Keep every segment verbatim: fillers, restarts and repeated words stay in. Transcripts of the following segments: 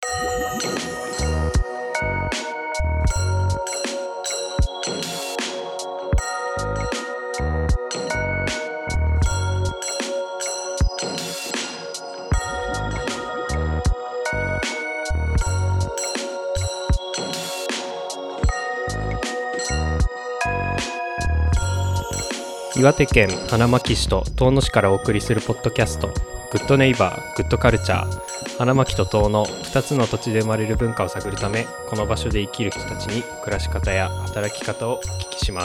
岩手県花巻市と遠野市からお送りするポッドキャスト、グッドネイバー、グッドカルチャー。花巻と遠野ふたつの土地で生まれる文化を探るため、この場所で生きる人たちに暮らし方や働き方をお聞きします。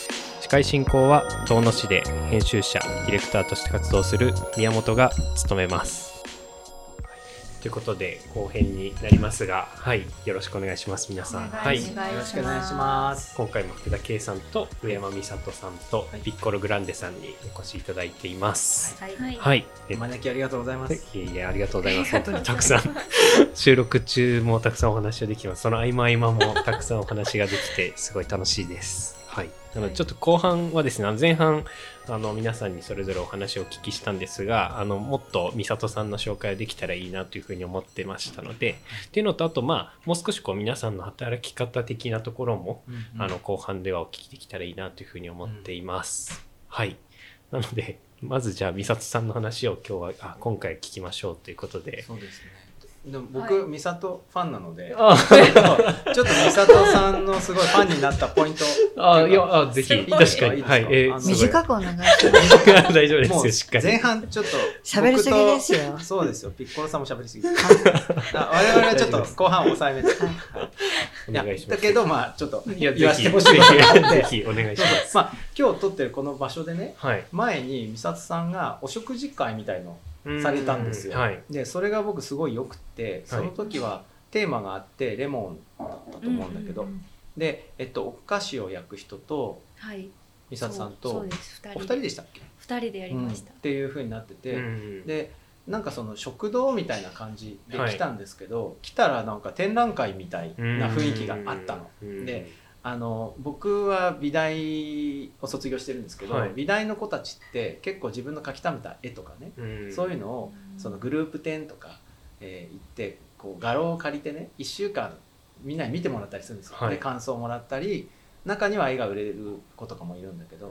司会進行は遠野市で編集者、ディレクターとして活動する宮本が務めます。ということで後編になりますが、はい、よろしくお願いします皆さん。 はい、よろしくお願いします。 今回も福田圭さんと上山美里さんとピッコログランデさんにお越しいただいています。 はい、はいはい、 お招きありがとうございます。 いえいえ、ありがとうございます。本当にたくさん収録中もたくさんお話ができます。その合間合間もたくさんお話ができてすごい楽しいです。はい、なのでちょっと後半はですね、前半あの皆さんにそれぞれお話をお聞きしたんですが、あのもっと美里さんの紹介ができたらいいなというふうに思ってましたので、っていうのと、あとまあもう少しこう皆さんの働き方的なところも、うんうん、あの後半ではお聞きできたらいいなというふうに思っています。うん、はい。なのでまずじゃあ美里さんの話を今日はあ今回聞きましょうということで。 そうですね。でも僕、はい、美里ファンなのでちょっと美里さんのすごいファンになったポイントあいやあぜひ確かに、はい、 えー、短くお願いします大丈夫ですよ、しっかり前半ちょっと喋りすぎですよ。 そうですよ、ピッコロさんも喋りすぎあ我々はちょっと後半抑えめで、はい、いやお願いします。だけどまあちょっと言わせてほしいぜひお願いします。 まあ今日撮ってるこの場所でね、 はい、 前に美里さんがお食事会みたいのされたんですよ。はい、でそれが僕すごい良くて、その時はテーマがあってレモンだったと思うんだけど、うんうんうん、で、えっと、お菓子を焼く人と、はい、美里さんとお二人でしたっけ？ 二人でやりました、 うん、っていう風になってて、うんうん、でなんかその食堂みたいな感じで来たんですけど、はい、来たらなんか展覧会みたいな雰囲気があったの。うんうん、であの僕は美大を卒業してるんですけど、はい、美大の子たちって結構自分の描き溜めた絵とかね、うん、そういうのをそのグループ展とか、えー、行ってこう画廊を借りてねいっしゅうかんみんなに見てもらったりするんですよ。はい、で感想をもらったり、中には絵が売れる子とかもいるんだけど、うん、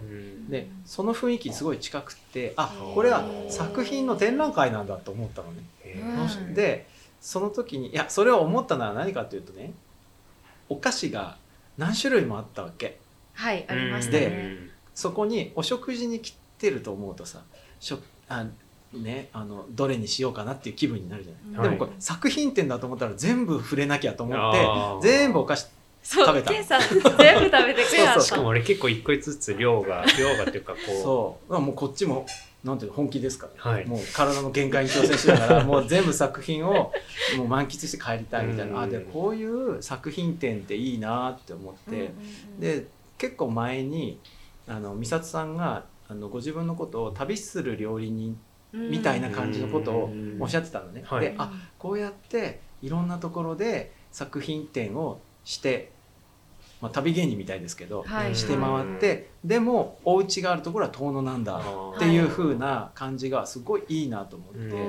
でその雰囲気すごい近くってあこれは作品の展覧会なんだと思ったのね。でその時にいやそれを思ったのは何かというとね、お菓子が何種類もあったわけ。 はい、ありましたね。 でそこにお食事に来てると思うとさ、しょあ、ね、あのどれにしようかなっていう気分になるじゃない、うん、でもこれ作品展だと思ったら全部触れなきゃと思って全部お菓子食べた。 そう、ケンさん全部食べてくれた。 そうそう、しかも俺結構一個ずつ量が量がっていうかこうそうもうこっちもなんていうの本気ですから、はい、もう体の限界に挑戦しながらもう全部作品をもう満喫して帰りたいみたいなあでこういう作品展っていいなって思って、うんうんうん、で結構前にあの美里さんがあのご自分のことを旅する料理人みたいな感じのことをおっしゃってたのね。で、はい、あこうやっていろんなところで作品展をしてまあ、旅芸人みたいですけど、はい、して回って、うん、でもお家があるところは遠野なんだっていう風な感じがすごいいいなと思って、はい、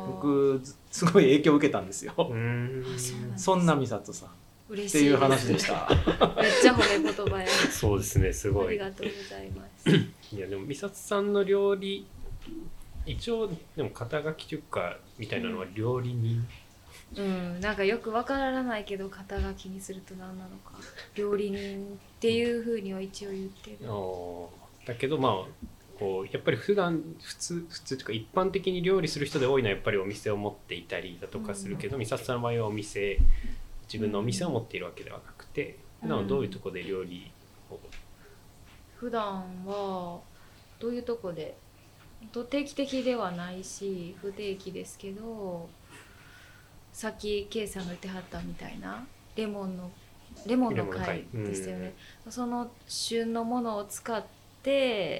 僕すごい影響を受けたんですよ。うんそんな美里さん嬉しいっていう話でした。 めっちゃ褒め言葉や。 そうですね、すごいありがとうございます。 いやでも美里さんの料理一応でも肩書きというかみたいなのは料理人、 うん、なんかよくわからないけど肩書きにすると何なのか料理人っていうふうには一応言ってる。 だけどまあこうやっぱり普段普通普通というか一般的に料理する人で多いのはやっぱりお店を持っていたりだとかするけど、うん、美里さんの場合はお店自分のお店を持っているわけではなくて、普段はどういうところで料理を、うん、 普段はどういうところで定期的ではないし不定期ですけど、さっき K さんが言ってはったみたいなレモンのレモンの会でしたよね、うん、その旬のものを使って、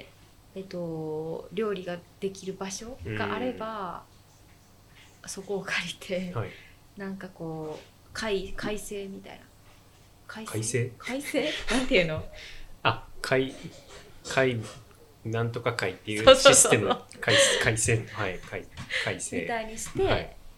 えっと、料理ができる場所があれば、うん、そこを借りて、はい、なんかこう海海星みたいな海星海星なんていうのあ海海なんとか海っていうシステム海海星はい海海星みたいにして、はい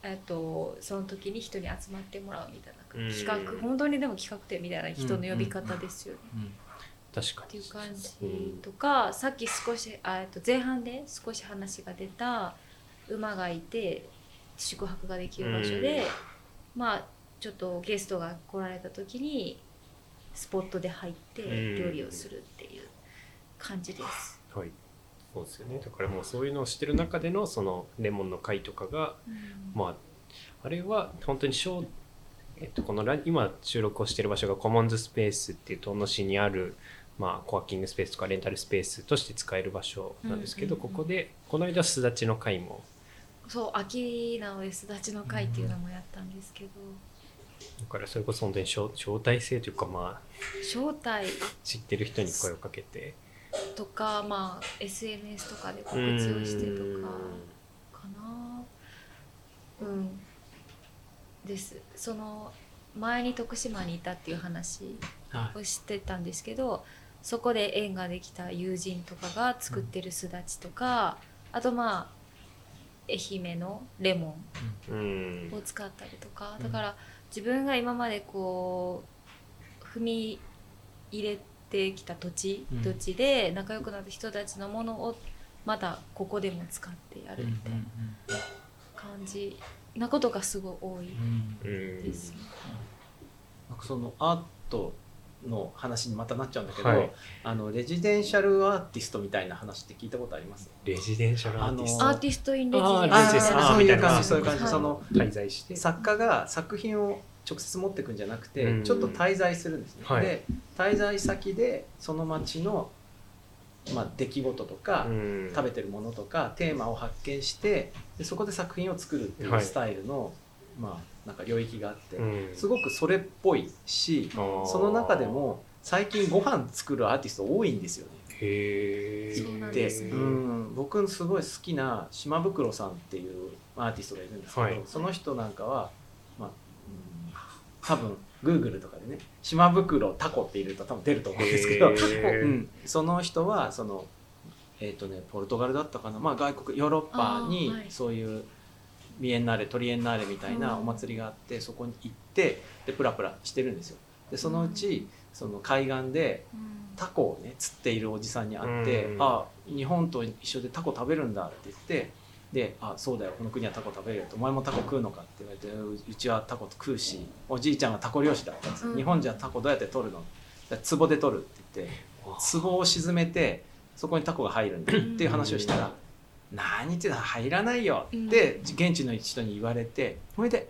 えっと、その時に人に集まってもらうみたいな企画、 うん本当にでも企画展みたいな人の呼び方ですよね、 うん確かにっていう感じとか、さっき少しあえっと前半で少し話が出た馬がいて宿泊ができる場所で、まあちょっとゲストが来られた時にスポットで入って料理をするっていう感じです、 はい、そうですよね。だからもうそういうのをしてる中でのそのレモンの会とかが、 うんまああれは本当に小、えっと、このラ今収録をしている場所がコモンズスペースっていう遠野市にある、まあ、コワーキングスペースとかレンタルスペースとして使える場所なんですけど、 うんうんうんここでこの間すだちの会もそう秋なのですだちの会っていうのもやったんですけど、 だからそれこそ本当に招招待制というか、まあ招待知ってる人に声をかけてとか、まあ エスエヌエス とかで告知をしてとかかな。うんですその前に徳島にいたっていう話をしてたんですけど、そこで縁ができた友人とかが作ってるすだちとか、あとまあ愛媛のレモンを使ったりとか、だから自分が今までこう踏み入れてきた土地、 うん土地で仲良くなった人たちのものをまたここでも使ってやるみたいな感じなことがすごい多いですね。 なんかそのアートの話にまたなっちゃうんだけど、 はい、 あのレジデンシャルアーティストみたいな話って聞いたことあります？ レジデンシャルアーティスト、 アーティストインレジデンあーシャルレジデンシャルあーそういう感あーじそういう感じ、 はいその滞在して作家が作品を直接持ってくんじゃなくて、 うんちょっと滞在するんですね、 はいで滞在先でその町の、まあ、出来事とか、 うん食べてるものとかテーマを発見してでそこで作品を作るっていはいうスタイルの、まあ、なんか領域があって、 うんすごくそれっぽいし、 あーその中でも最近ご飯作るアーティスト多いんですよね。 へそうなんでですねうん僕すごい好きな島袋さんっていうアーティストがいるんですけど、 はいその人なんかは、まあうん多分 Google とかでね島袋タコって入れると多分出ると思うんですけど、 へーうん、その人はその、えーとね、ポルトガルだったかな、まあ、外国ヨーロッパにあーはいそういうビエンナーレトリエンナーレみたいなお祭りがあって、そこに行ってでプラプラしてるんですよ。でそのうちその海岸でうんタコをね釣っているおじさんに会って「 うんあ日本と一緒でタコ食べるんだ」って言ってで「あそうだよこの国はタコ食べるよ」と「お前もタコ食うのか?」って言われてう「うちはタコ食うしおじいちゃんはタコ漁師だったんです、 うん日本じゃタコどうやって取るの?」壺で取るって言って壺を沈めてそこにタコが入るんだっていう話をしたら「何言ってた入らないよ」って現地の人に言われてそれで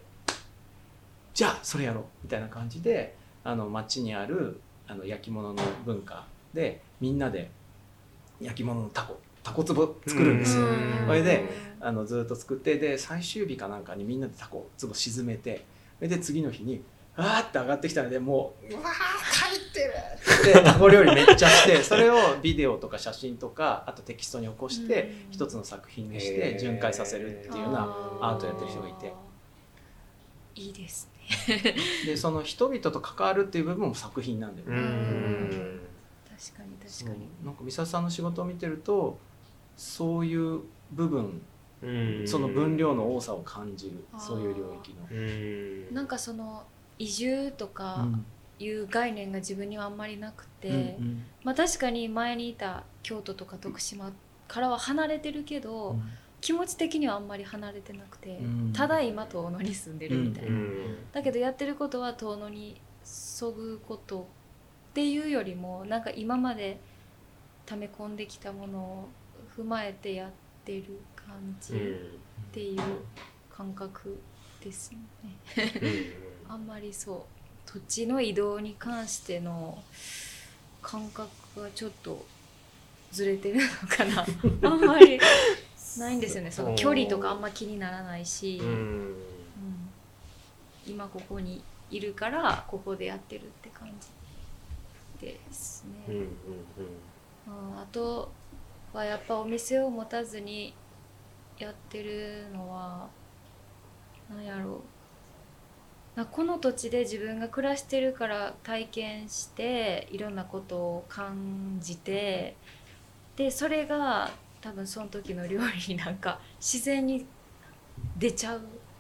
「じゃあそれやろう」みたいな感じであの町にあるあの焼き物の文化でみんなで焼き物のタコタコ壺作るんですよ。 うんそれであのずっと作ってで最終日かなんかにみんなでタコ壺沈めてそれで次の日にわーって上がってきたのでもう「うわー帰ってる!」ってタコ料理めっちゃしてそれをビデオとか写真とかあとテキストに起こしてうん一つの作品にして巡回させるっていうようなアートやってる人がいていいですね。 でその人々と関わるっていう部分も作品なんだよね。 うん確かにそう確かに。 なんか三沢さんの仕事を見てるとそういう部分うんその分量の多さを感じるあーそういう領域の。 うんなんかその移住とかいう概念が自分にはあんまりなくて、 うんうんまあ確かに前にいた京都とか徳島からは離れてるけど、 うん気持ち的にはあんまり離れてなくて、 うんただ今遠野に住んでるみたいな、 うんだけどやってることは遠野にそぐことっていうよりもなんか今まで溜め込んできたものを踏まえてやってる感じっていう感覚ですよね。あんまりそう土地の移動に関しての感覚がちょっとずれてるのかなあんまりないんですよね。その距離とかあんま気にならないし、 うんうん今ここにいるからここでやってるって感じですね。 うんうんうんあとはやっぱお店を持たずにやってるのは何やろうな、この土地で自分が暮らしてるから体験していろんなことを感じて、でそれが多分その時の料理になんか自然に出ちゃう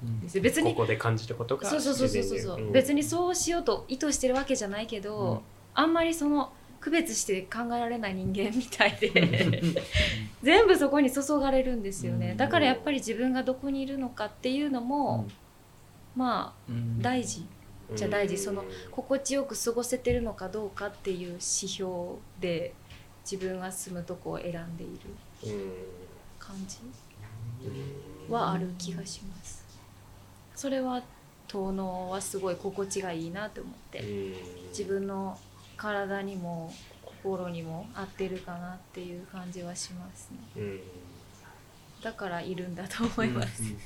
ですよ。別にここで感じたことがそうそうそうそうそう、うん、別にそうしようと意図してるわけじゃないけど、うん、あんまりその区別して考えられない人間みたいで全部そこに注がれるんですよね。だからやっぱり自分がどこにいるのかっていうのも、うん、まあ大事じゃ大事、その心地よく過ごせてるのかどうかっていう指標で自分が住むとこを選んでいる感じはある気がします。それは遠野はすごい心地がいいなと思って、自分の体にも心にも合ってるかなっていう感じはしますね。だからいるんだと思います。うんうん、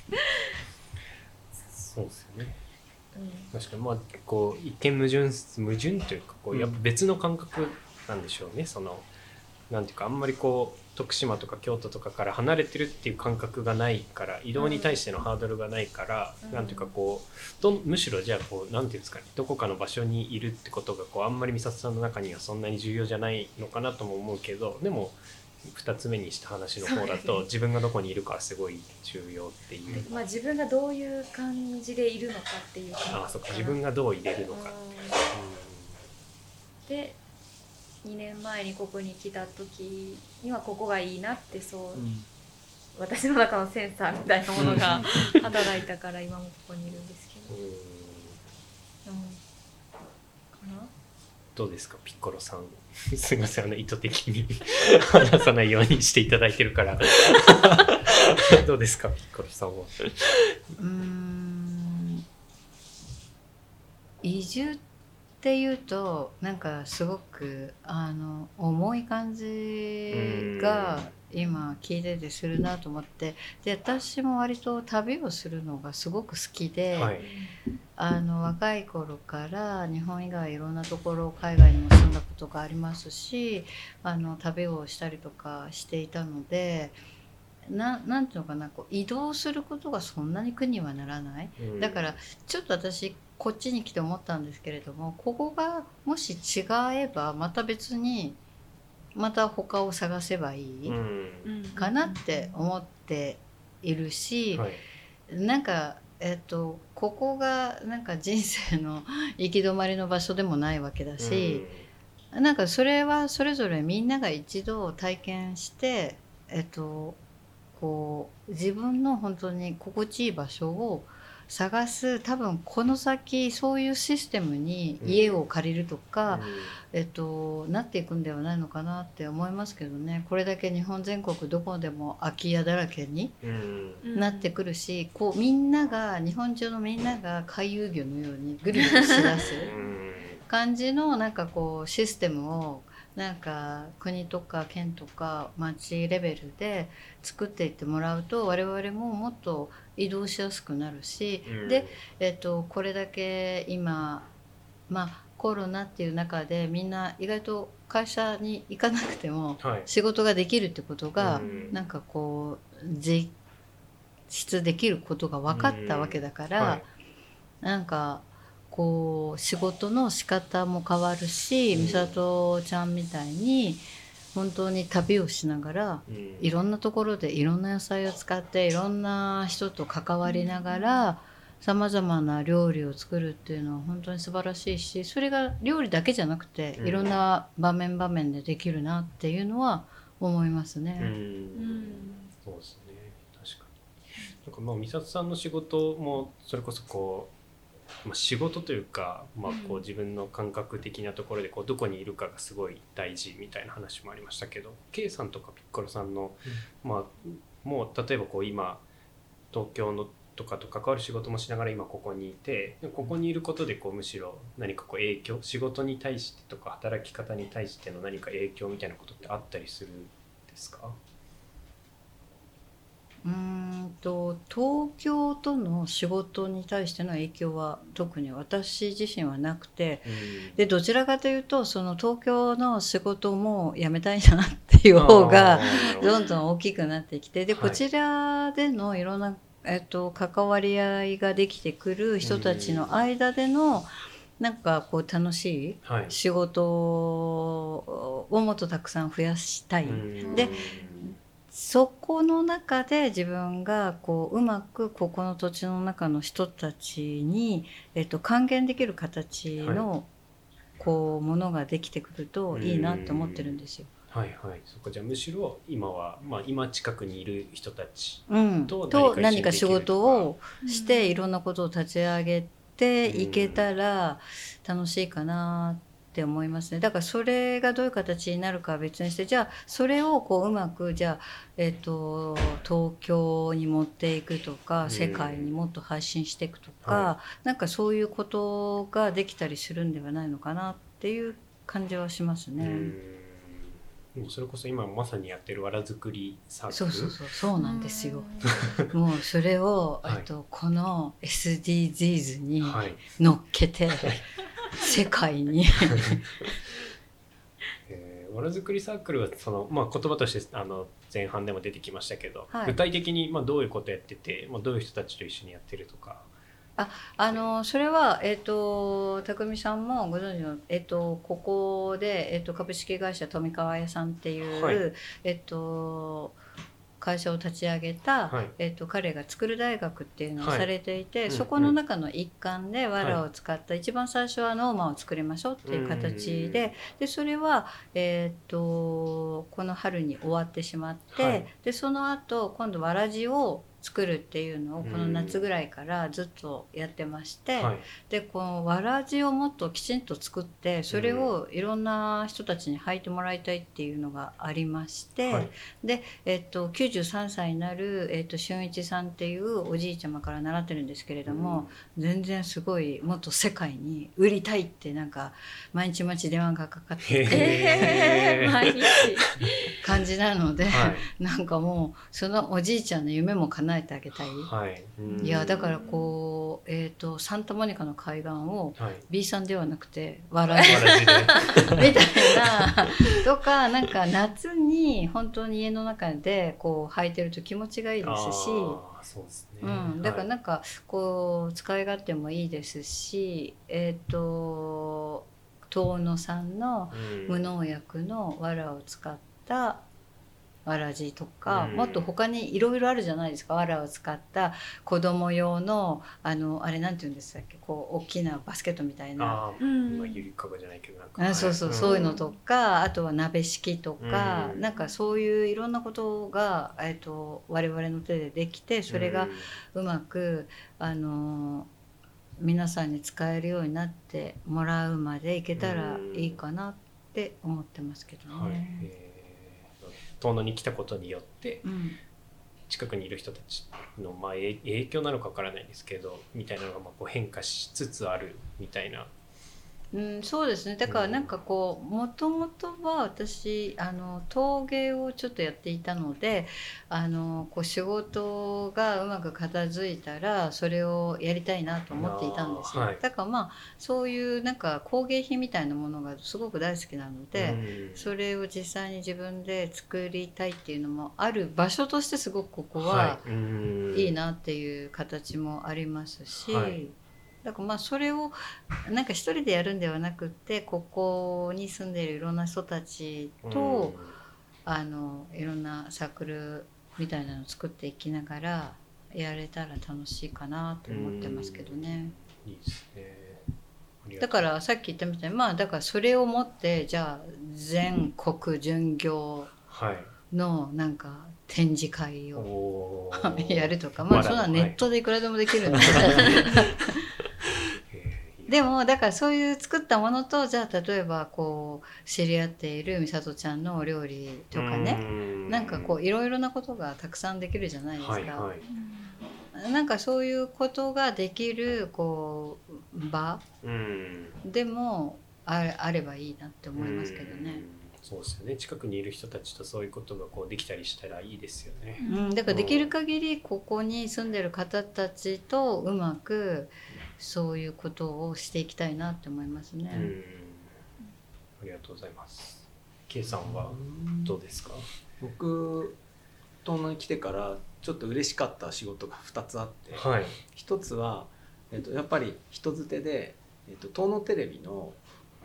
そうですよね。うん、確かにまあこう一見矛盾矛盾というかこうやっぱ別の感覚なんでしょうね。そのなんていうかあんまりこう徳島とか京都とかから離れてるっていう感覚がないから移動に対してのハードルがないから、うん、なんていうかこうどむしろじゃあこうなんていうんですかね、どこかの場所にいるってことがこうあんまり美里さんの中にはそんなに重要じゃないのかなとも思うけど、でもふたつめにした話の方だと、ね、自分がどこにいるかはすごい重要っていう、 まあ、自分がどういう感じでいるのかっていうああ、そっか、自分がどう入れるのか、 うん、でにねんまえにここに来た時にはここがいいなってそう、うん、私の中のセンサーみたいなものが働いたから今もここにいるんですけど、うん、かな。 どうですかピッコロさんすいません、あの意図的に話さないようにしていただいてるからどうですかピッコロさんは。 うーん移住っていうとなんかすごくあの重い感じが今聞いててするなと思って、で私も割と旅をするのがすごく好きで、はい、あの若い頃から日本以外いろんなところ海外にも住んだことがありますし、あの旅をしたりとかしていたので、な, なんていうのかな、こう移動することがそんなに苦にはならない、うん、だからちょっと私こっちに来て思ったんですけれども、ここがもし違えばまた別にまた他を探せばいいかなって思っているし、うんはい、なんかえっとここがなんか人生の行き止まりの場所でもないわけだし、うん、なんかそれはそれぞれみんなが一度体験してえっとこう自分の本当に心地いい場所を探す、多分この先そういうシステムに家を借りるとか、うんえっと、なっていくんではないのかなって思いますけどね。これだけ日本全国どこでも空き家だらけになってくるし、こうみんなが日本中のみんなが回遊魚のようにぐるぐるしだす感じのなんかこうシステムをなんか国とか県とか町レベルで作っていってもらうと我々ももっと移動しやすくなるし、うん、で、えっと、これだけ今、まあ、コロナっていう中でみんな意外と会社に行かなくても仕事ができるってことが、はい、なんかこう実質できることが分かったわけだから、うんはい、なんかこう仕事の仕方も変わるし、美里ちゃんみたいに本当に旅をしながら、うん、いろんなところでいろんな野菜を使っていろんな人と関わりながらさまざまな料理を作るっていうのは本当に素晴らしいし、それが料理だけじゃなくて、うん、いろんな場面場面でできるなっていうのは思いますね。うんうん、 そうですね、確かに。なんかまあ美里さんの仕事もそれこそこうまあ、仕事というか、まあ、こう自分の感覚的なところでこうどこにいるかがすごい大事みたいな話もありましたけど、 K さんとかピッコロさんの、うんまあ、もう例えばこう今東京のとかと関わる仕事もしながら今ここにいて、ここにいることでこうむしろ何かこう影響、仕事に対してとか働き方に対しての何か影響みたいなことってあったりするんですか？ うーんと東京との仕事に対しての影響は特に私自身はなくて、うん、でどちらかというとその東京の仕事も辞めたいなっていう方がどんどん大きくなってきて、でこちらでのいろんな、えっと、関わり合いができてくる人たちの間での、うん、なんかこう楽しい仕事をもっとたくさん増やしたい、うん、でそこの中で自分がこううまくここの土地の中の人たちに、えっと、還元できる形のこうものができてくるといいなって思ってるんですよ。 はいはい、そこじゃあむしろ今は、まあ、今近くにいる人たちと何か仕事をしていろんなことを立ち上げていけたら楽しいかなって思いますね。だからそれがどういう形になるかは別にして、じゃあそれをこううまくじゃあ、えーと、東京に持っていくとか世界にもっと発信していくとか、はい、なんかそういうことができたりするんではないのかなっていう感じはしますね。 もうそれこそ今まさにやってるわらづくりサークル、 そうそうそうそうなんですよ。もうそれを、はい、とこの エスディージーズ に乗っけて、はい、世界にえー、わらづくりサークルはその、まあ、言葉としてあの前半でも出てきましたけど、はい、具体的にまあどういうことやってて、まあ、どういう人たちと一緒にやってるとか。 ああのそれは、えーと、匠さんもご存知の、えーと、ここで、えーと、株式会社富川屋さんっていう、はい、えーと、会社を立ち上げた、はい、えーと、彼が作る大学っていうのをされていて、はい、そこの中の一環で藁を使った、はい、一番最初はノーマを作りましょうっていう形で、でそれは、えーと、この春に終わってしまって、はい、でその後今度わらじを作るっていうのをこの夏ぐらいからずっとやってまして、はい、でこのわらじをもっときちんと作ってそれをいろんな人たちに履いてもらいたいっていうのがありまして、はい、で、えっと、きゅうじゅうさんさいになる、えっと、俊一さんっていうおじいちゃまから習ってるんですけれども、うん、全然すごいもっと世界に売りたいってなんか毎日毎日電話がかかってきて毎日感じなので、はい、なんかもうそのおじいちゃんの夢も叶えてあげたい、はい、いやだからこう、えーと、サンタモニカの海岸を B さんではなくて笑いみたいなとか、なんか夏に本当に家の中でこう履いてると気持ちがいいですし、 そうですね、 うん、だからなんかこう使い勝手もいいですし、えっと遠野さんの無農薬の藁を使ったわらじとか、うん、もっと他にいろいろあるじゃないですか。わらを使った子供用のあのあれなんて言うんですっけ、こう大きなバスケットみたいな、 あ、うん、ゆりかごじゃないけどなんか、 あ、そうそう、うん、そういうのとか、あとは鍋敷とか、うん、なんかそういういろんなことが、えっと、我々の手でできて、それがうまくあの皆さんに使えるようになってもらうまでいけたらいいかなって思ってますけどね。はい、 遠野に来たことによって、うん、近くにいる人たちの、まあ、影響なのかわからないですけどみたいなのがまあこう変化しつつあるみたいな。 うん、そうですね。だからなんかこうもともとは私あの陶芸をちょっとやっていたので、あのこう仕事がうまく片付いたらそれをやりたいなと思っていたんですよ、はい、だからまあそういうなんか工芸品みたいなものがすごく大好きなので、うん、それを実際に自分で作りたいっていうのもある場所としてすごくここはいいなっていう形もありますし、はい、だからまあそれをなんか一人でやるんではなくってここに住んでいるいろんな人たちとあのいろんなサークルみたいなのを作っていきながらやれたら楽しいかなと思ってますけどね。 いいですね。 だからさっき言ったみたいにまあだからそれを持ってじゃあ全国巡業のなんか展示会をやるとか、まあそんなネットでいくらでもできるんででもだからそういう作ったものとじゃあ例えばこう知り合っている美里ちゃんのお料理とかね、なんかこういろいろなことがたくさんできるじゃないですか、はいはい、なんかそういうことができるこう場でも あ, あればいいなって思いますけどね。 そうですよね。近くにいる人たちとそういうことがこうできたりしたらいいですよね、 うん、だからできる限りここに住んでる方たちとうまくそういうことをしていきたいなって思いますね。うん、 ありがとうございます。 K さんはどうですか？ 僕遠野に来てからちょっと嬉しかった仕事がふたつあって、はい、ひとつは、えっと、やっぱり人づてで、えっと、遠野テレビの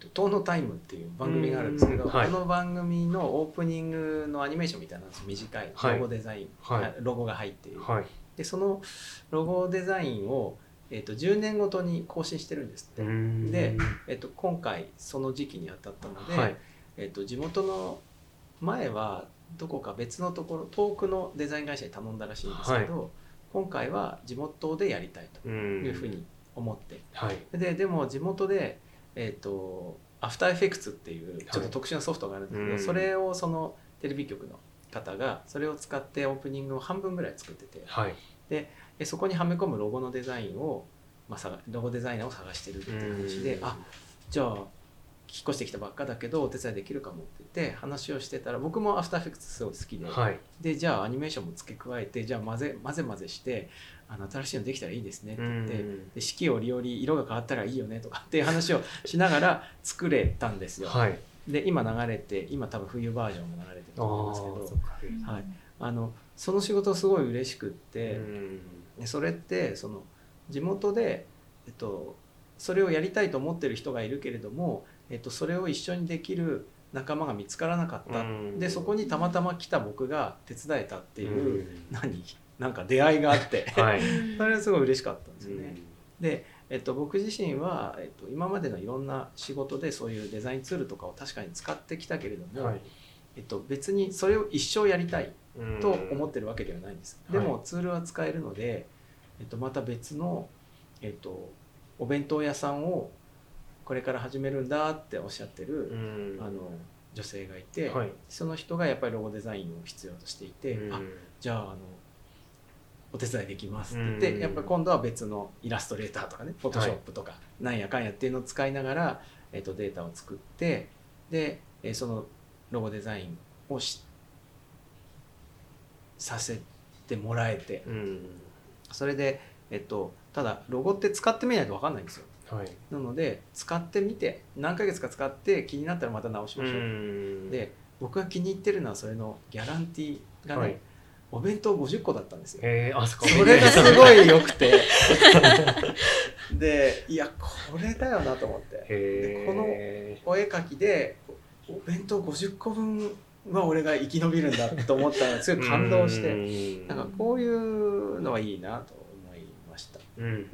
遠野タイムっていう番組があるんですけど、 はい、 この番組のオープニングのアニメーションみたいなの短いロゴデザイン、はい、ロゴが入っている、はい、でそのロゴデザインを、えー、とじゅうねんごとに更新してるんですって。で、えー、と今回その時期に当たったので、はい、えー、と地元の前はどこか別のところ遠くのデザイン会社に頼んだらしいんですけど、はい、今回は地元でやりたいというふうに思って、はい、で, でも地元で、えー、とアフターエフェクツっていうちょっと特殊なソフトがあるんですけど、はい、それをそのテレビ局の方がそれを使ってオープニングを半分ぐらい作ってて、はい、でそこにはめ込むロゴのデザインを、まあ、ロゴデザイナーを探してるっていう話で、あ、じゃあ引っ越してきたばっかだけどお手伝いできるかもって言って話をしてたら、僕もアフターエフェクツすごい好きで、はい、でじゃあアニメーションも付け加えて、じゃあ混ぜ混ぜ混ぜしてあの新しいのできたらいいですねって言って、で四季折々色が変わったらいいよねとかっていう話をしながら作れたんですよ、はい、で今流れて、今多分冬バージョンも流れてると思いますけど、はい、あのその仕事すごい嬉しくって、でそれってその地元で、えっと、それをやりたいと思ってる人がいるけれども、えっと、それを一緒にできる仲間が見つからなかった、でそこにたまたま来た僕が手伝えたっていう、何なんか出会いがあって、はい、それはすごい嬉しかったんですよね。で、えっと、僕自身は、えっと、今までのいろんな仕事でそういうデザインツールとかを確かに使ってきたけれども、はい、えっと、別にそれを一生やりたいと思ってるわけではないんです。でもツールは使えるので、えっと、また別の、えっと、お弁当屋さんをこれから始めるんだっておっしゃってるあの女性がいて、はい、その人がやっぱりロゴデザインを必要としていて、あ、じゃあ、あのお手伝いできますって言って、やっぱり今度は別のイラストレーターとかね、フォトショップとか、はい、なんやかんやっていうのを使いながら、えっと、データを作って、でそのロゴデザインをしさせてもらえて、それで、えっと、ただロゴって使ってみないと分かんないんですよ。はい、なので使ってみて何ヶ月か使って気になったらまた直しましょう。うで僕が気に入ってるのはそれのギャランティーがね、はい、お弁当ごじゅっこだったんですよ。へー、あそこそれがすごい良くてでいやこれだよなと思って、でこのお絵描きでお弁当ごじゅっこぶんは俺が生き延びるんだと思ったのがすごい感動して、なんかこういうのはいいなと思いました。うんうんうん、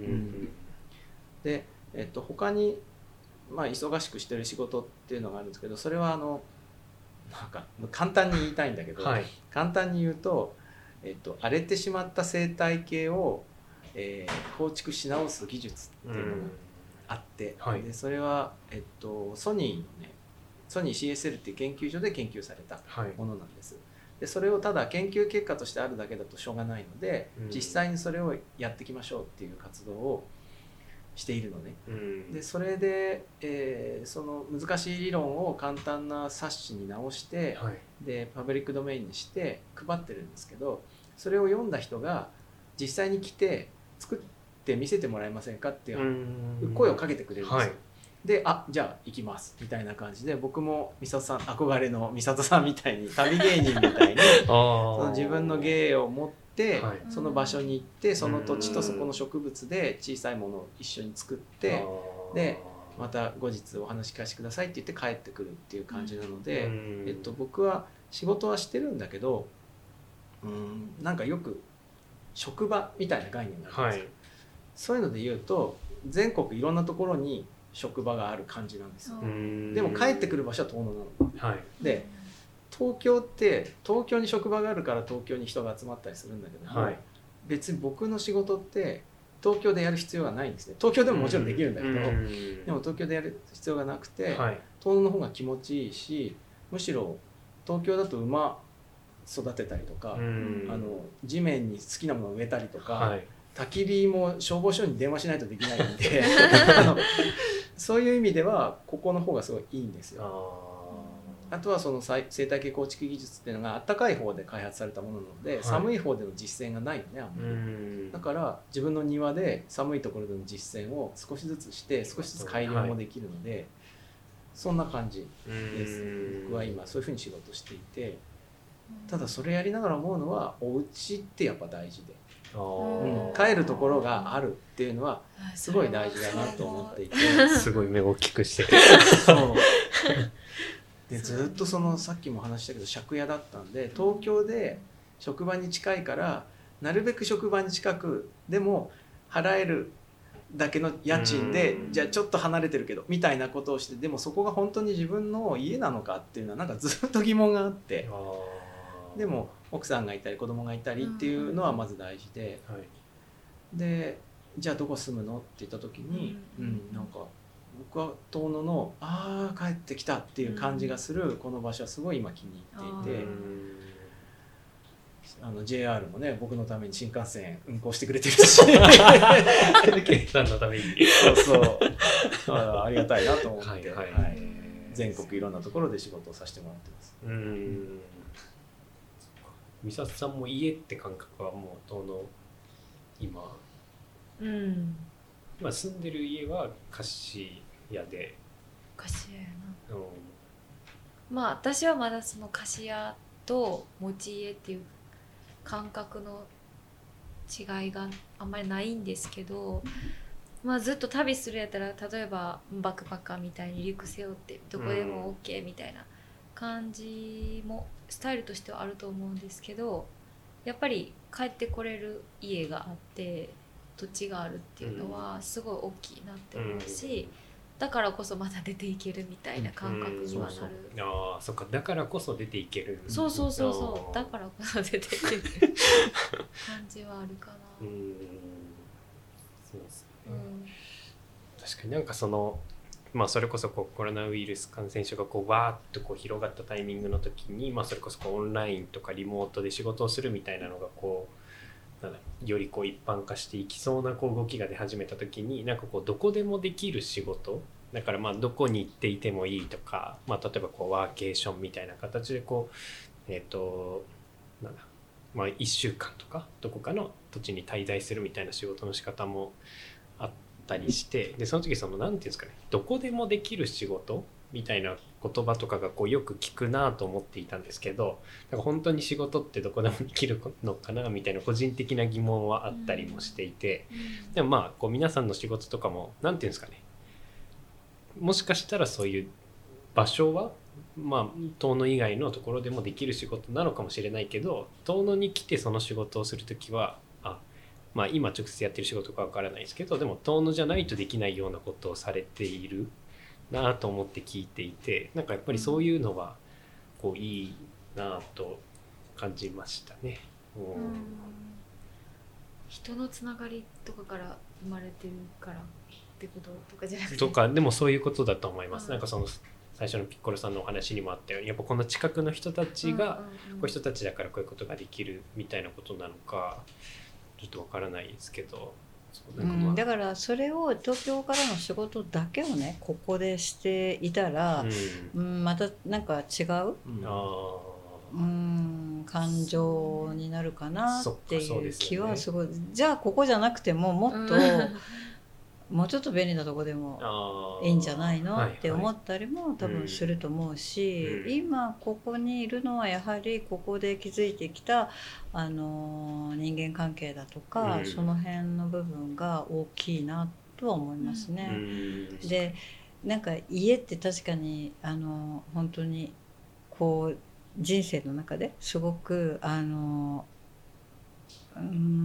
でえっと、他に、まあ、忙しくしてる仕事っていうのがあるんですけど、それはあのなんか簡単に言いたいんだけど、はい、簡単に言うと、えっと、荒れてしまった生態系を、えー、構築し直す技術っていうのがあって、うん、はい、でそれは、えっと、ソニーのねソニー シーエスエル っていう研究所で研究されたものなんです、はい、でそれをただ研究結果としてあるだけだとしょうがないので、うん、実際にそれをやっていきましょうっていう活動をしているのね、うん、でそれで、えー、その難しい理論を簡単な冊子に直して、はい、でパブリックドメインにして配ってるんですけど、それを読んだ人が実際に来て作って見せてもらえませんかっていう声をかけてくれるんですよ、はい、で、あ、じゃあ行きますみたいな感じで、僕も美里さん、憧れの美里さんみたいに旅芸人みたいにその自分の芸を持ってでその場所に行ってその土地とそこの植物で小さいものを一緒に作ってでまた後日お話聞かせてくださいって言って帰ってくるっていう感じなので、えっと、僕は仕事はしてるんだけど、うーんなんかよく職場みたいな概念があるんですか、はい、そういうので言うと全国いろんなところに職場がある感じなんですよ。でも帰ってくる場所は遠野なの、はい、で東京って東京に職場があるから東京に人が集まったりするんだけども、はい、別に僕の仕事って東京でやる必要はないんですね。東京でももちろんできるんだけど、でも東京でやる必要がなくて、はい、遠野の方が気持ちいいし、むしろ東京だと馬育てたりとか、あの地面に好きなものを植えたりとか、はい、焚き火も消防署に電話しないとできないんであのそういう意味ではここの方がすごいいいんですよ。あとはその生態系構築技術っていうのが暖かい方で開発されたものなので、はい、寒い方での実践がないよね、あんまり。だから自分の庭で寒いところでの実践を少しずつして少しずつ改良もできるので、はい、そんな感じです。僕は今そういうふうに仕事していて、ただそれやりながら思うのはお家ってやっぱ大事で、 うん、帰るところがあるっていうのはすごい大事だなと思っていてすごい目を大きくしてそうでずっとそのさっきも話したけど借家だったんで東京で職場に近いからなるべく職場に近くでも払えるだけの家賃でじゃあちょっと離れてるけどみたいなことをしてでもそこが本当に自分の家なのかっていうのはなんかずっと疑問があってでも奥さんがいたり子供がいたりっていうのはまず大事で、はい、でじゃあどこ住むのって言った時に、うんうん、なんか僕は遠野のああ帰ってきたっていう感じがするこの場所はすごい今気に入っていて、あの ジェイアール もね僕のために新幹線運行してくれてるしケイさんのためにそうそうあ, ありがたいなと思って、はいはいはい、全国いろんなところで仕事をさせてもらってます。うーん美里さんも家って感覚はもう遠野今、 うんまあ、住んでる家は貸し屋で貸し屋やな、うん、まあ私はまだその貸し屋と持ち家っていう感覚の違いがあんまりないんですけど、まあ、ずっと旅するやったら例えばバックパッカーみたいにリュック背負ってどこでも OK みたいな感じもスタイルとしてはあると思うんですけどやっぱり帰ってこれる家があって土地があるっていうのはすごい大きいなって思うし、だからこそまた出ていけるみたいな感覚にはなる、うん、そうそうああそっかだからこそ出ていけるそうそうそうそうだからこそ出ていける感じはあるかなうんそうですね、うん、確かになんかそのまあそれこそこうコロナウイルス感染症がこうわーっとこう広がったタイミングの時にまあそれこそこうオンラインとかリモートで仕事をするみたいなのがこうなんだよりこう一般化していきそうなこう動きが出始めた時になんかこうどこでもできる仕事だからまあどこに行っていてもいいとか、まあ、例えばこうワーケーションみたいな形でこうえっとなんだまあいっしゅうかんとかどこかの土地に滞在するみたいな仕事の仕方もあったりしてでその時そのなんていうんですかねどこでもできる仕事みたいな言葉とかがこうよく聞くなと思っていたんですけどなんか本当に仕事ってどこでもできるのかなみたいな個人的な疑問はあったりもしていて、うん、でもまあこう皆さんの仕事とかもなんていうんですかねもしかしたらそういう場所はまあ遠野以外のところでもできる仕事なのかもしれないけど遠野に来てその仕事をするときはあまあ今直接やってる仕事かわからないですけどでも遠野じゃないとできないようなことをされているなと思って聞いていてなんかやっぱりそういうのはこういいなと感じましたね、うん、 人のつながりとかから生まれてるからってこととかじゃなくてとかでもそういうことだと思います、うん、なんかその最初のピッコロさんのお話にもあったようにやっぱこの近くの人たちが、うんうんうん、こういう人たちだからこういうことができるみたいなことなのかちょっとわからないですけどうん、だからそれを東京からの仕事だけをねここでしていたら、うんうん、またなんか違う、うんうん、感情になるかなっていう気はすごい、ね、じゃあここじゃなくてももっと、うん、もうちょっと便利なとこでもいいんじゃないのって思ったりも多分すると思うし、はいはい、今ここにいるのはやはりここで築いてきたあの人間関係だとか、うん、その辺の部分が大きいなとは思いますね、うん、でなんか家って確かにあの本当にこう人生の中ですごくあの、うん、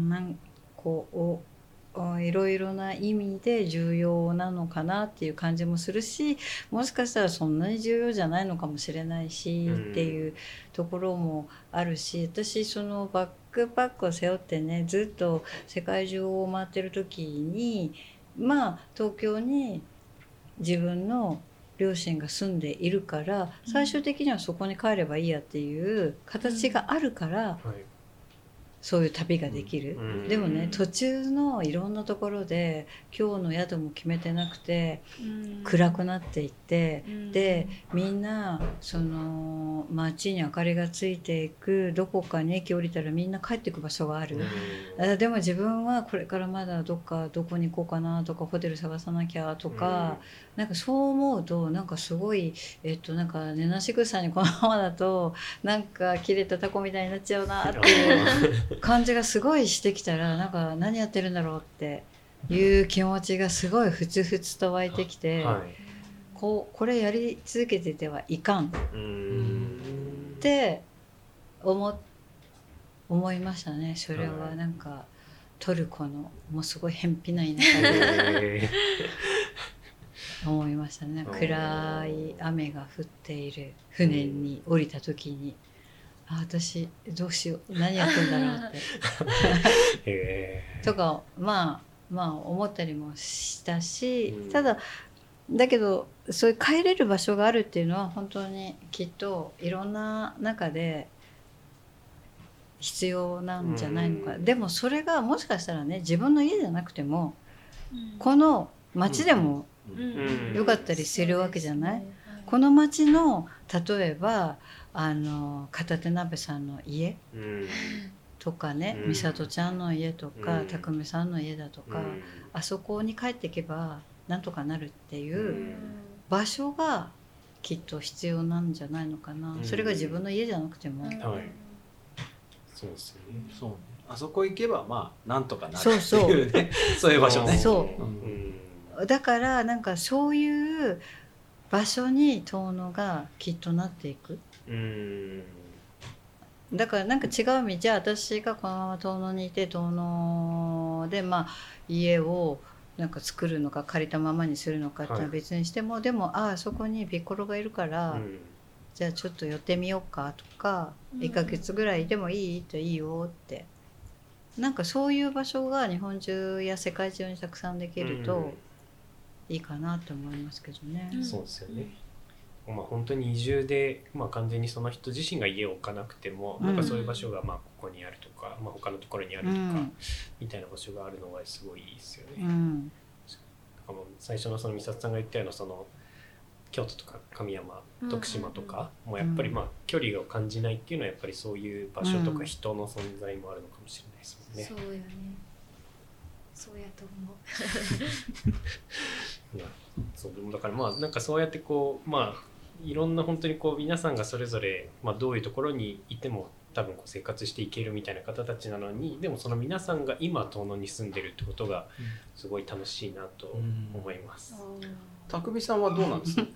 なんこうおいろいろな意味で重要なのかなっていう感じもするしもしかしたらそんなに重要じゃないのかもしれないし、うん、っていうところもあるし私そのバックパックを背負ってねずっと世界中を回ってる時にまあ東京に自分の両親が住んでいるから最終的にはそこに帰ればいいやっていう形があるから、うんはいそういう旅ができる、うん、でもね途中のいろんなところで今日の宿も決めてなくて、うん、暗くなっていって、うん、でみんなその街に明かりがついていくどこかに駅降りたらみんな帰っていく場所がある、うん、でも自分はこれからまだどっかどこに行こうかなとかホテル探さなきゃとか、うん、なんかそう思うとなんかすごいえっとなんか寝なしぐさにこのままだとなんか切れたタコみたいになっちゃうなっていう感じがすごいしてきたらなんか何やってるんだろうっていう気持ちがすごいふつふつと湧いてきて、はい、こうこれやり続けててはいかんって思思いましたね。それはなんかトルコのもうすごい偏僻な田舎で思いましたね。暗い雨が降っている船に降りた時に、あ、私どうしよう何やってんだろうってとかまあまあ思ったりもしたし、ただだけどそういう帰れる場所があるっていうのは本当にきっといろんな中で必要なんじゃないのか、うん、でもそれがもしかしたらね自分の家じゃなくても、うん、この町でもよかったりするわけじゃない、うんうん、この町の例えばあの片手鍋さんの家、うん、とかね、うん、美里ちゃんの家とか、うん、匠さんの家だとか、うん、あそこに帰っていけばなんとかなるっていう場所がきっと必要なんじゃないのかな、うん、それが自分の家じゃなくても、うん、はいそうですよね。そうね。あそこ行けばまあなんとかなるっていうね。そうそうそういう場所ね。 そう、うん。だからなんかそういう場所に遠野がきっとなっていく。うん。だからなんか違う道、じゃあ私がこのまま遠野にいて遠野でまあ家をなんか作るのか借りたままにするのかっていうのは別にしても、はい、でもああそこにピッコロがいるから。うん、じゃあちょっと寄ってみようかとか、うん、いっかげつぐらいでもいいといいよってなんかそういう場所が日本中や世界中にたくさんできるといいかなと思いますけどね、 うん、そうですよね、まあ、本当に移住で、まあ、完全にその人自身が家を置かなくても、うん、なんかそういう場所がまあここにあるとか、まあ、他のところにあるとか、うん、みたいな場所があるのはすごいいいですよね、うん、なんかもう最初のその美里さんが言ったようなその京都とか神山徳島とか、うん、もうやっぱりまあ距離を感じないっていうのはやっぱりそういう場所とか人の存在もあるのかもしれないですもんね、 うん、そうよねそうやと思ういやそうだからまあなんかそうやってこうまあいろんな本当にこう皆さんがそれぞれまあどういうところにいても多分こう生活していけるみたいな方たちなのに、でもその皆さんが今遠野に住んでるってことがすごい楽しいなと思います、うんうん、 匠さんはどうなんですか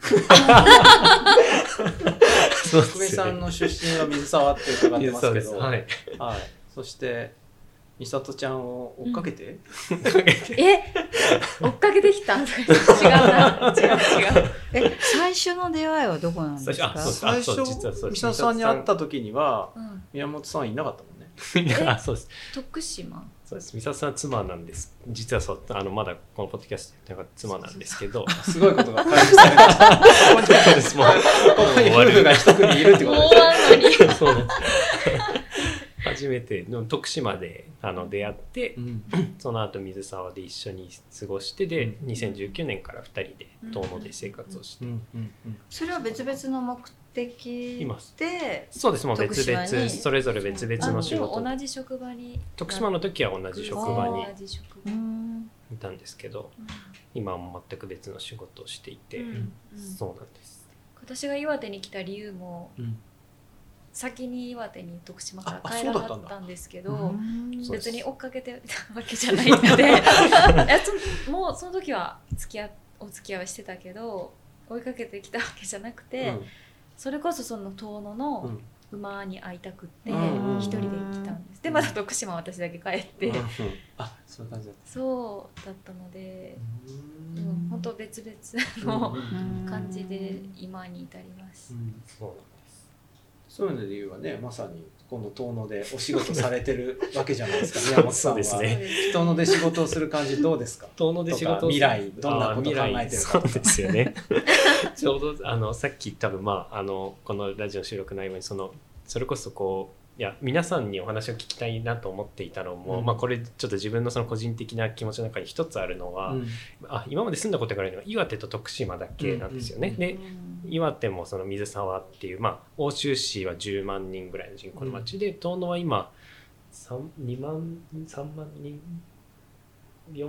匠さんの出身は水沢って伺ってますけど、はいはい、そして美里ちゃんを追っかけて、うん、 え追っかけてきた違うな違う違うえ最初の出会いはどこなんですか？ 最初美里さんに会った時には、うん、宮本さんいなかったもんねあそうです徳島そうです美里さんは妻なんです実はそうあのまだこのポッドキャストで妻なんですけどすごいことが開示されましたここに夫婦が一組いるってことですねそうなんです初めて徳島であの出会って、うん、その後水沢で一緒に過ごしてで、うん、にせんじゅうきゅうねんからふたりで遠野で生活をして、うんうんうん、それは別々の目的でそうですもう別々それぞれ別々の仕事同じ職場に徳島の時は同じ職場にいたんですけど、うん、今は全く別の仕事をしていて、うんうん、そうなんです私が岩手に来た理由も、うん先に岩手に徳島から帰らなかったんですけど別に追っかけてたわけじゃないのでもうその時は付き合お付き合いはしてたけど追いかけてきたわけじゃなくて、うん、それこそその遠野の馬に会いたくって一人で来たんです。でまた徳島私だけ帰ってあそういう感じだったそうだったので本当別々の感じで今に至ります、うん、 そうそういうので言うはねまさに今度遠野でお仕事されてるわけじゃないですか宮本さんはそうです、ね、遠野で仕事をする感じどうですか遠野で仕事を未来どんなこと考えてるかそうですよねちょうどあのさっき多分まああのこのラジオ収録の合間にそのそれこそこういや皆さんにお話を聞きたいなと思っていたのも、うんまあ、これちょっと自分のその個人的な気持ちの中に一つあるのは、うん、あ今まで住んだことがあるのは岩手と徳島だけなんですよね、うんうん、で岩手もその水沢っていう、まあ、奥州市はじゅうまんにんぐらいの人口の町で、うん、遠野は今にまんさんまんにんよん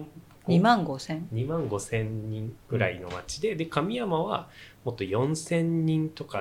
にまんごせんにまんごせんにんぐらいの町で、で神山はもっとよんせんにんとか。 うん、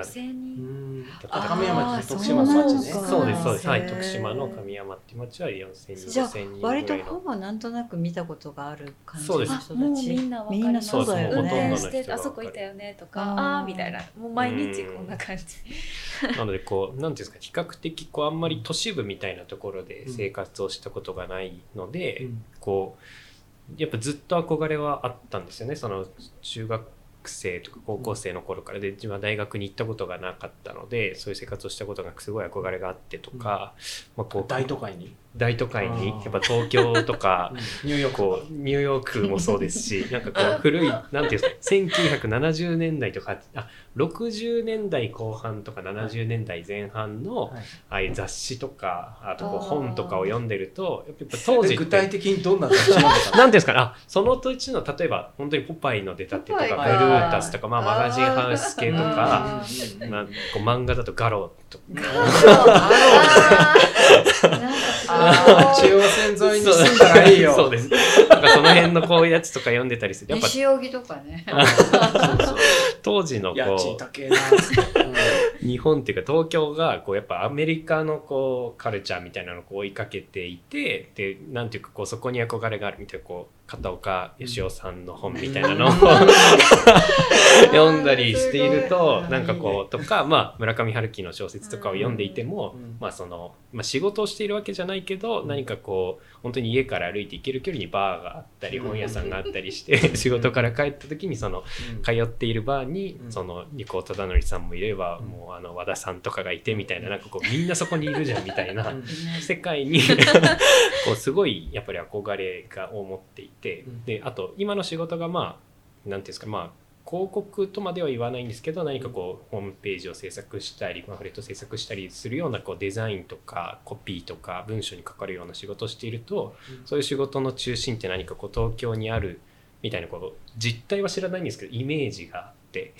あー神山って徳島の町ね。 そうですそうです、はい、 へー徳島の神山っていう町はよんせんにんじゃあごせんにんぐらいの。 割とほぼなんとなく見たことがある感じそうですの人たち。 もうみんなわかります。 みんなそうだよそうそうほとんどねの人が運転してあそこいたよねとか、 あーああーみたいな、もう毎日こんな感じ。 なのでこうなんていうんですか、比較的こうあんまり都市部みたいなところで生活をしたことがないので、 うんこうやっぱずっと憧れはあったんですよね。その中学生とか高校生の頃からで、自分は大学に行ったことがなかったので、そういう生活をしたことがすごい憧れがあってとか、まあ、こう大都会に大都会にあーやっぱ東京とかニューヨークこうニューヨークもそうですし、なんかこう古いなんていうんですか、せんきゅうひゃくななじゅうねんだいとかあろくじゅうねんだいこう半とかななじゅうねんだいぜん半の、 はいああいう雑誌とかあとこうあー本とかを読んでるとやっぱ当時って具体的にどんな雑誌読んでたの？ なんていうんですかね、あその土地の例えば本当にポパイの出たてとかブルポパイータスとか、まあ、マガジンハウス系とか、 あーまあ、こう漫画だとガロとかあー中央線沿いに住んだらいいよ。 そうです。なんかその辺のこういうやつとか読んでたりする。やっぱ西荻とかね。 そうそう当時の家こ賃高えなーっつって、うんう日本っていうか東京がこうやっぱアメリカのこうカルチャーみたいなのをこう追いかけていて、でなんていうかこうそこに憧れがあるみたいな、こう片岡義雄さんの本みたいなのを読んだりしていると、なんかこうとか、まあ村上春樹の小説とかを読んでいても、 うんまあそのまあ仕事をしているわけじゃないけど、何かこう本当に家から歩いて行ける距離にバーがあったり、 うん本屋さんがあったりして仕事から帰った時にそのうん通っているバーにうんその二高忠則さんもいれば、 うんもうあの和田さんとかがいてみたいな、なんかこうみんなそこにいるじゃんみたいなうん世界にこうすごいやっぱり憧れがを持っていて、 うんであと今の仕事がまあなんていうんですか、まあ広告とまでは言わないんですけど、何かこうホームページを制作したりパンフレット制作したりするようなこうデザインとかコピーとか文章にかかるような仕事をしていると、そういう仕事の中心って何かこう東京にあるみたいな、こう実態は知らないんですけどイメージがあって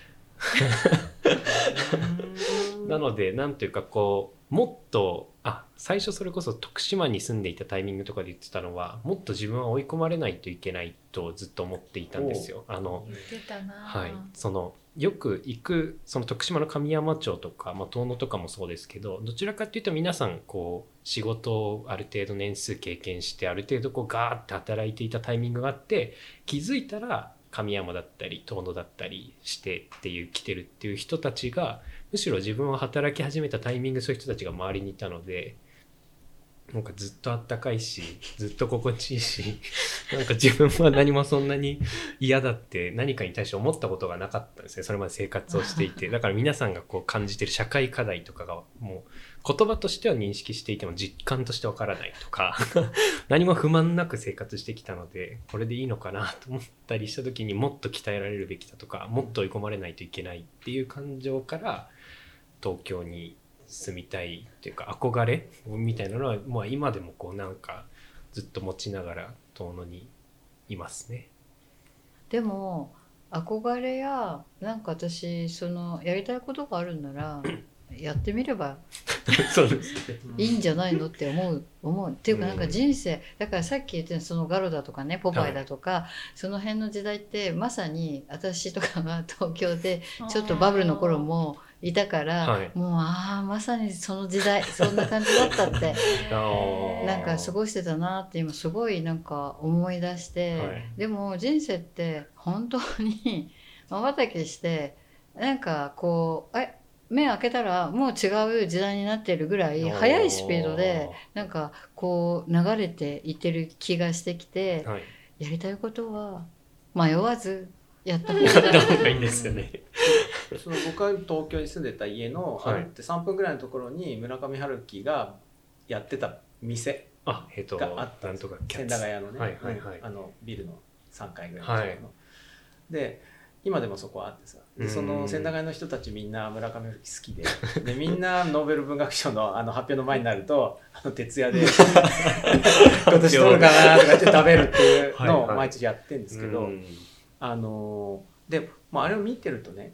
なのでなんというかこうもっとあ最初それこそ徳島に住んでいたタイミングとかで言ってたのは、もっと自分は追い込まれないといけないとずっと思っていたんですよ。あの言ってたな。 はい、そのよく行くその徳島の神山町とか、まあ、遠野とかもそうですけど、どちらかっていうと皆さんこう仕事をある程度年数経験してある程度こうガーって働いていたタイミングがあって、気づいたら神山だったり遠野だったりしてっていう来てるっていう人たちが、むしろ自分は働き始めたタイミングそういう人たちが周りにいたので、なんかずっとあったかいしずっと心地いいしなんか自分は何もそんなに嫌だって何かに対して思ったことがなかったんですね、それまで生活をしていて。だから皆さんがこう感じてる社会課題とかがもう言葉としては認識していても実感としてわからないとか何も不満なく生活してきたので、これでいいのかなと思ったりした時に、もっと鍛えられるべきだとかもっと追い込まれないといけないっていう感情から東京に住みたいっていうか憧れみたいなのは、まあ、今でもこうなんかずっと持ちながら遠野にいますね。 でも憧れやなんか私そのやりたいことがあるんならやってみればそうですね。 いいんじゃないのって思う思うっていうか、なんか人生だからさっき言ったそのガロだとかねポパイだとか、はい、その辺の時代ってまさに私とかが東京でちょっとバブルの頃もいたから、はい、もうああまさにその時代そんな感じだったってなんか過ごしてたなって今すごいなんか思い出して、はい、でも人生って本当に瞬きしてなんかこうえ目開けたらもう違う時代になってるぐらい速いスピードでなんかこう流れていってる気がしてきて、はい、やりたいことは迷わずやった方がいいんですよね。 その僕は東京に住んでた家の歩いてさんぷんぐらいのところに村上春樹がやってた店があったんですよ。千駄ヶ谷のね、はいはいはい、あのビルのさんがいぐらいのところの、はい、で今でもそこはあってさ、でその千駄ヶ谷の人たちみんな村上春樹好きででみんなノーベル文学賞 の, あの発表の前になるとあの徹夜で今年取るかなとか言って食べるっていうのを毎日やってるんですけど、はいはい、あので、まあ、あれを見てるとね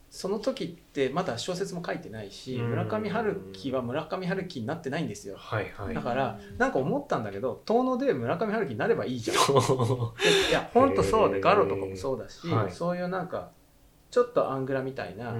その時ってまだ小説も書いてないし、村上春樹は村上春樹になってないんですよ、 はいはい、 だからなんか思ったんだけど遠野で村上春樹になればいいじゃんいやほんとそうでガロとかもそうだし、はい、そういうなんかちょっとアングラみたいな、うん、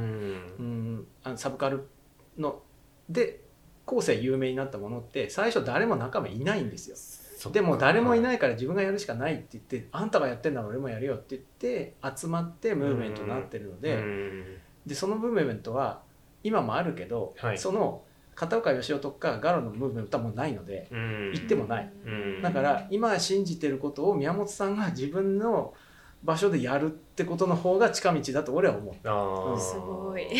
あのサブカルので後世有名になったものって最初誰も仲間いないんですよ。でも誰もいないから自分がやるしかないって言って、あんたがやってんなら俺もやるよって言って集まってムーブメントになってるので、でそのムーブメントは今もあるけど、はい、その片岡義雄とかガロのムーブメントはもうないので言ってもない。だから今信じてることを宮本さんが自分の場所でやるってことの方が近道だと俺は思った。 あ、うん、すごい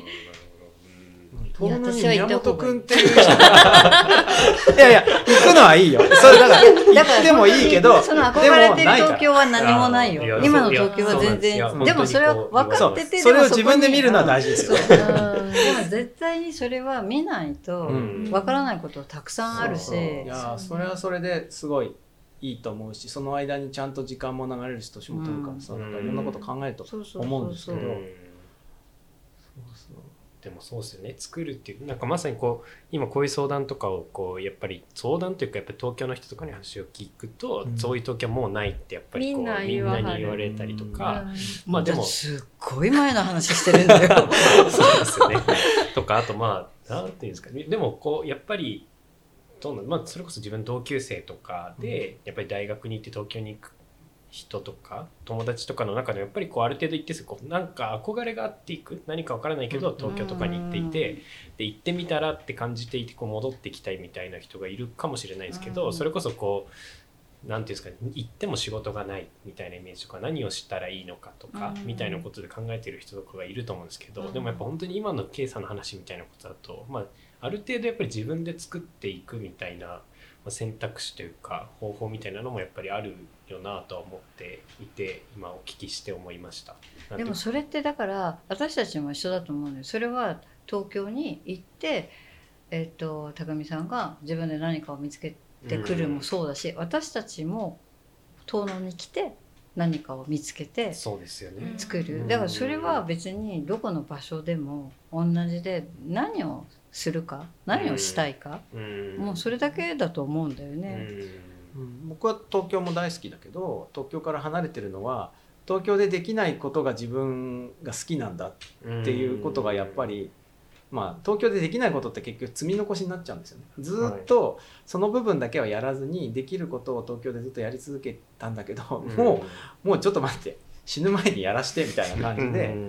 遠野に宮本くんっていう人いやいや行くのはいいよ、それだから行ってもいいけど、 その憧れてる東京は何もないよ。今の東京は全然、でもそれは分かってて、 それを自分で見るのは大事ですよ。 でも絶対にそれは見ないと分からないことたくさんあるし、 いやそれはそれですごいいいと思うし、その間にちゃんと時間も流れるし年も取るからさ、なんかいろんなこと考えると思うんですけど、 でもそうですよね、作るっていうなんかまさにこう今こういう相談とかをこうやっぱり相談というかやっぱり東京の人とかに話を聞くと、うん、そういう東京はもうないってやっぱりこうみんなに言われたりとか、 うん、まあでもすっごい前の話してるんだよそうですよねとかあとまあなんていうんですかね、でもこうやっぱりどうな、まあ、それこそ自分同級生とかで、うん、やっぱり大学に行って東京に行く人とか友達とかの中でやっぱりこうある程度一定数こうなんか憧れがあっていく何か分からないけど東京とかに行っていて、で行ってみたらって感じていてこう戻ってきたいみたいな人がいるかもしれないですけど、それこそこうなんていうんですかね、行っても仕事がないみたいなイメージとか何をしたらいいのかとかみたいなことで考えている人とかがいると思うんですけど、でもやっぱ本当に今の K さんの話みたいなことだと、まあ、ある程度やっぱり自分で作っていくみたいな選択肢というか方法みたいなのもやっぱりあるよなとは思っていて、今お聞きして思いました。 でもそれってだから私たちも一緒だと思うんです。それは東京に行って、えーと、高見さんが自分で何かを見つけてくるもそうだし、うん、私たちも遠野に来て何かを見つけて作る。だからそれは別にどこの場所でも同じで、何をするか何をしたいか、うん、もうそれだけだと思うんだよね、 うんうん、僕は東京も大好きだけど東京から離れてるのは東京でできないことが自分が好きなんだっていうことがやっぱり、まあ、東京でできないことって結局積み残しになっちゃうんですよね。ずっとその部分だけはやらずにできることを東京でずっとやり続けたんだけど、もう、もうちょっと待って死ぬ前にやらしてみたいな感じで、うん、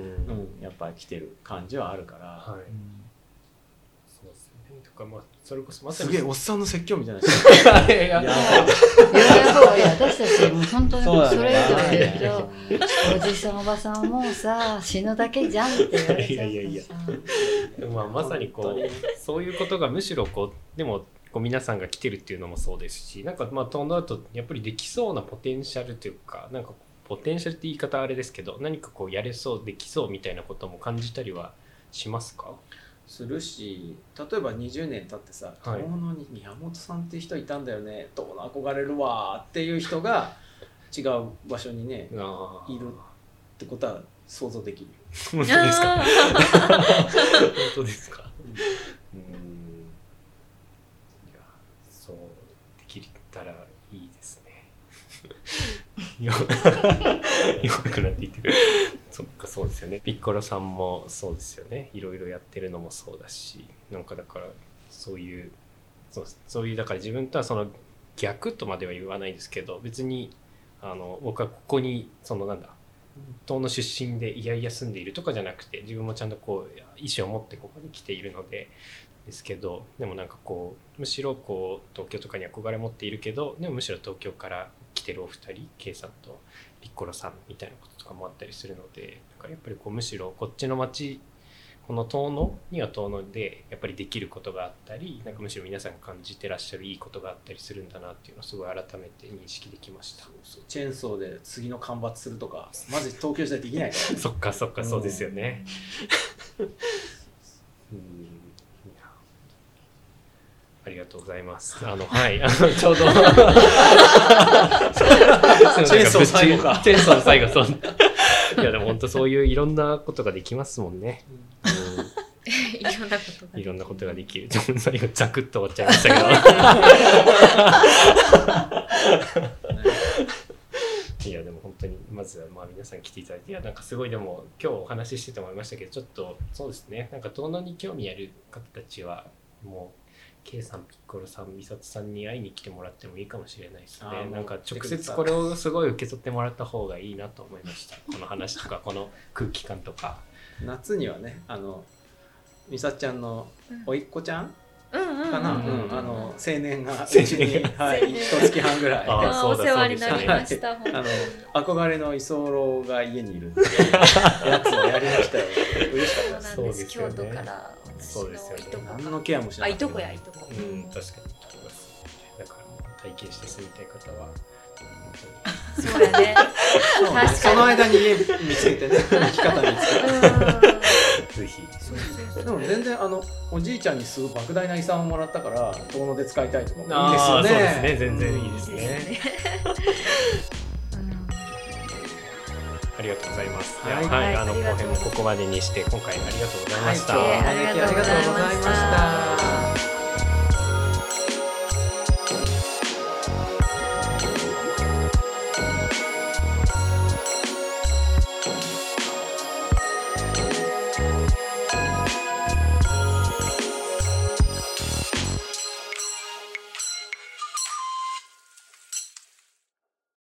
やっぱり来てる感じはあるから、はい、うん、 そうですね。とかまあそれこそまさにすげえおっさんの説教みたいな人いやいやいやいや私たちもう本当にそれ以上言うとおじさんおばさんもうさ死ぬだけじゃんって言われちゃう。いやいやいやでもまあまさにこうそういうことがむしろこうでもこう皆さんが来てるっていうのもそうですし、なんかまあ飛んだ後やっぱりできそうなポテンシャルというか、なんかポテンシャルって言い方あれですけど、何かこうやれそうできそうみたいなことも感じたりはしますか？ するし、例えばにじゅうねん経ってさ、遠野に宮本さんっていう人いたんだよね、遠野憧れるわっていう人が違う場所にねいるってことは想像できる。 本当ですか？本当ですか？うん、いやそうできたらいいですね。弱くなっていってる。そっかそうですよね。ピッコロさんもそうですよね。いろいろやってるのもそうだし、なんかだからそういうそうそういうだから自分とはその逆とまでは言わないですけど、別にあの僕はここにそのなんだ遠野出身でいやいや住んでいるとかじゃなくて、自分もちゃんとこう意思を持ってここに来ているのでですけど、でもなんかこうむしろこう東京とかに憧れ持っているけど、でもむしろ東京から来てるお二人 K さんとピッコロさんみたいなこととかもあったりするので、だからやっぱりこうむしろこっちの町この遠野には遠野でやっぱりできることがあったり、なんかむしろ皆さんが感じてらっしゃるいいことがあったりするんだなっていうのをすごい改めて認識できました。そうそう、 チェーンソーで次の間伐するとかまず東京時代できないから、ね、 そっかそっか、そうですよね。うん、ありがとうございます。あのはいあのちょうどチェーンソー最後か。 チェーンソーの最後そういやでも本当そういういろんなことができますもんね、 いろんなことうん、いろんなことができる。でも最後ザクッと終わっちゃいましたけどいやでも本当にまずはまあ皆さん来ていただいて、いやなんかすごいでも今日お話ししてて思いましたけど、ちょっとそうですね、なんか遠野に興味ある方たちはもう K さん、ピッコロさん、ミサトさんに会いに来てもらってもいいかもしれないですね。なんか直接これをすごい受け取ってもらった方がいいなと思いました。この話とかこの空気感とか。 夏にはね、あのミサちゃんの甥っ子ちゃんうんうんかな、 うんうんうん、あの青年がうちに、はい、一月半ぐらいああお世話になりました。 あの憧れの居候が家にいるんでやつをやりましたよ。嬉しかったです。 そうなんです。京都からそうですよね。 何のケアもしなあ、 かった。 いとこやいとこ。 うん、確かに聞きます。だから体験して住みたい方は本そうやね。 そうね、その間に家見つけてね、生き方見つけて。 ぜひ。 でも全然あのおじいちゃんにすごい莫大な遺産をもらったから遠野で使いたいとかもいいですよね。 そうですね、全然いいですね。ありがとうございます。はい、はい、あの後編もここまでにして今回ありがとうございました。 はい、今日はお招きありがとうございました。